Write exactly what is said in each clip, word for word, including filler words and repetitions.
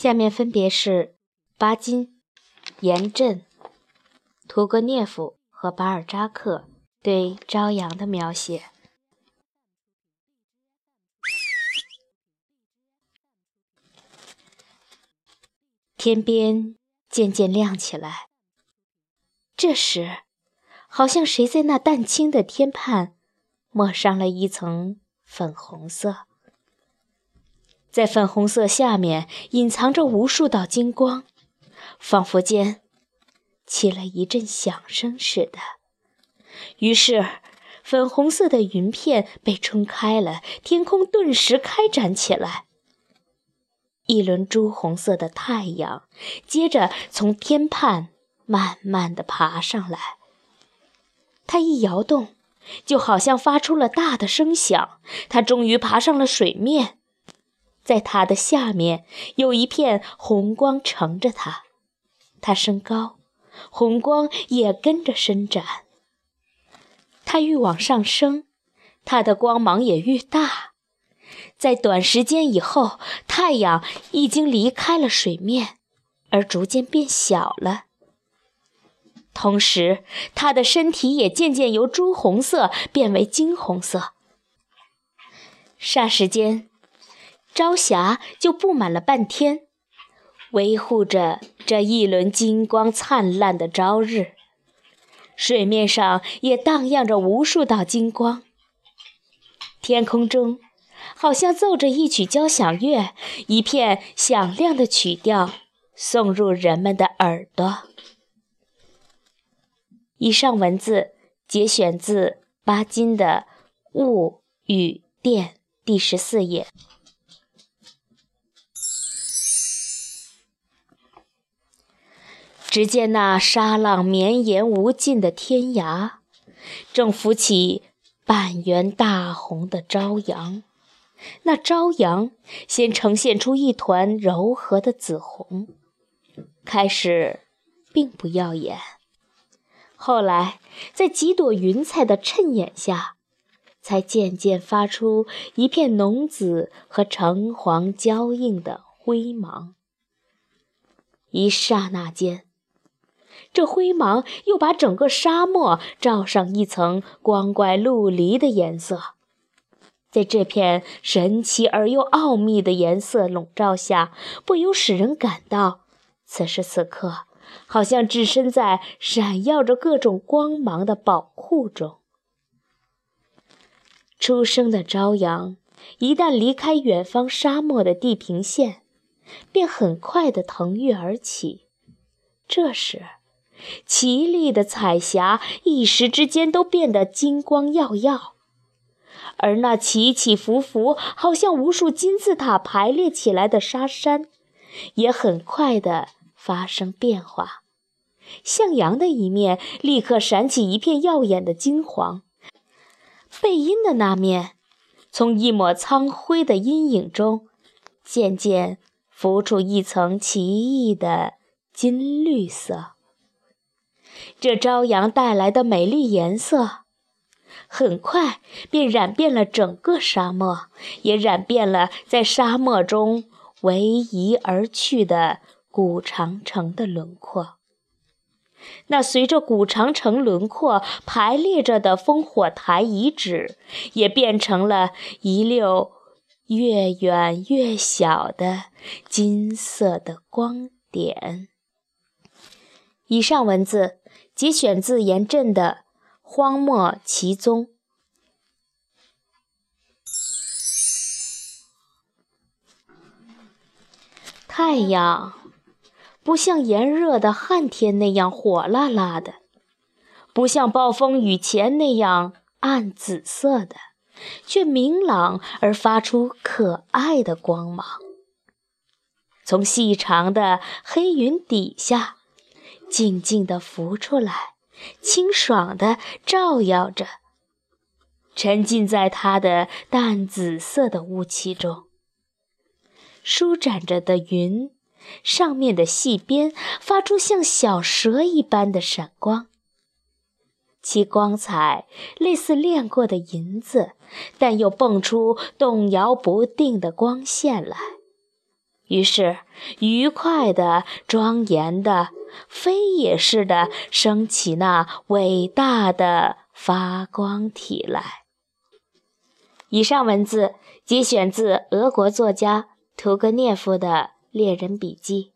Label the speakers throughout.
Speaker 1: 下面分别是巴金、严震、屠格涅夫和巴尔扎克对朝阳的描写。天边渐渐亮起来，这时好像谁在那淡青的天畔抹上了一层粉红色，在粉红色下面隐藏着无数道金光，仿佛间起了一阵响声似的。于是粉红色的云片被冲开了，天空顿时开展起来。一轮朱红色的太阳接着从天畔慢慢地爬上来，它一摇动就好像发出了大的声响，它终于爬上了水面。在它的下面有一片红光乘着它，它升高，红光也跟着伸展。它愈往上升，它的光芒也愈大。在短时间以后，太阳已经离开了水面，而逐渐变小了。同时，它的身体也渐渐由朱红色变为金红色。霎时间，朝霞就布满了半天，维护着这一轮金光灿烂的朝日。水面上也荡漾着无数道金光，天空中好像奏着一曲交响乐，一片响亮的曲调送入人们的耳朵。以上文字节选自巴金的《雾与电》第十四页。只见那沙浪绵延无尽的天涯，正浮起半圆大红的朝阳。那朝阳先呈现出一团柔和的紫红，开始并不耀眼，后来在几朵云彩的衬掩下，才渐渐发出一片浓紫和橙黄交映的灰芒。一刹那间，这灰芒又把整个沙漠罩上一层光怪陆离的颜色。在这片神奇而又奥秘的颜色笼罩下，不由使人感到此时此刻好像置身在闪耀着各种光芒的宝库中。初升的朝阳一旦离开远方沙漠的地平线，便很快地腾跃而起。这时绮丽的彩霞一时之间都变得金光耀耀，而那起起伏伏好像无数金字塔排列起来的沙山也很快地发生变化。向阳的一面立刻闪起一片耀眼的金黄，背阴的那面从一抹苍灰的阴影中渐渐浮出一层奇异的金绿色。这朝阳带来的美丽颜色很快便染遍了整个沙漠，也染遍了在沙漠中逶迤而去的古长城的轮廓。那随着古长城轮廓排列着的烽火台遗址，也变成了一溜越远越小的金色的光点。以上文字节选自严震的《荒漠奇踪》。太阳不像炎热的旱天那样火辣辣的，不像暴风雨前那样暗紫色的，却明朗而发出可爱的光芒。从细长的黑云底下静静地浮出来，清爽地照耀着，沉浸在它的淡紫色的雾气中。舒展着的云上面的细边发出像小蛇一般的闪光，其光彩类似炼过的银子，但又蹦出动摇不定的光线来。 于是，愉快的、庄严的、飞也似的升起那伟大的发光体来。以上文字节选自俄国作家屠格涅夫的《猎人笔记》。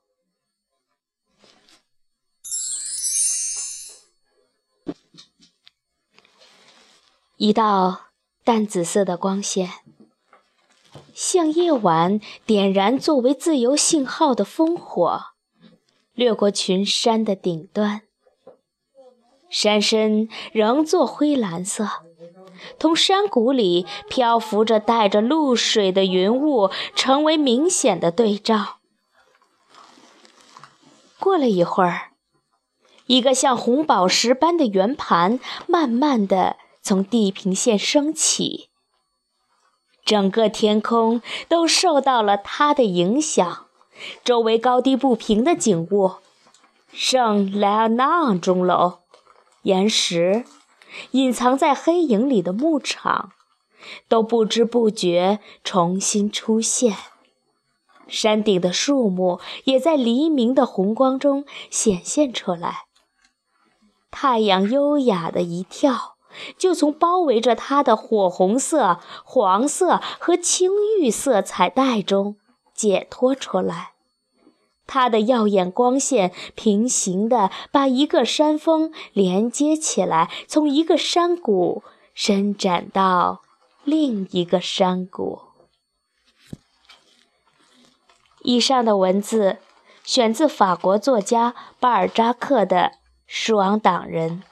Speaker 1: 一道淡紫色的光线，像夜晚点燃作为自由信号的烽火，掠过群山的顶端。山身仍作灰蓝色，同山谷里漂浮着带着露水的云雾成为明显的对照。过了一会儿，一个像红宝石般的圆盘慢慢地从地平线升起，整个天空都受到了它的影响，周围高低不平的景物，圣莱昂纳钟楼、岩石、隐藏在黑影里的牧场，都不知不觉重新出现。山顶的树木也在黎明的红光中显现出来。太阳优雅的一跳，就从包围着它的火红色、黄色和青玉色彩带中解脱出来。它的耀眼光线平行地把一个山峰连接起来，从一个山谷伸展到另一个山谷。以上的文字选自法国作家巴尔扎克的《舒昂党人》。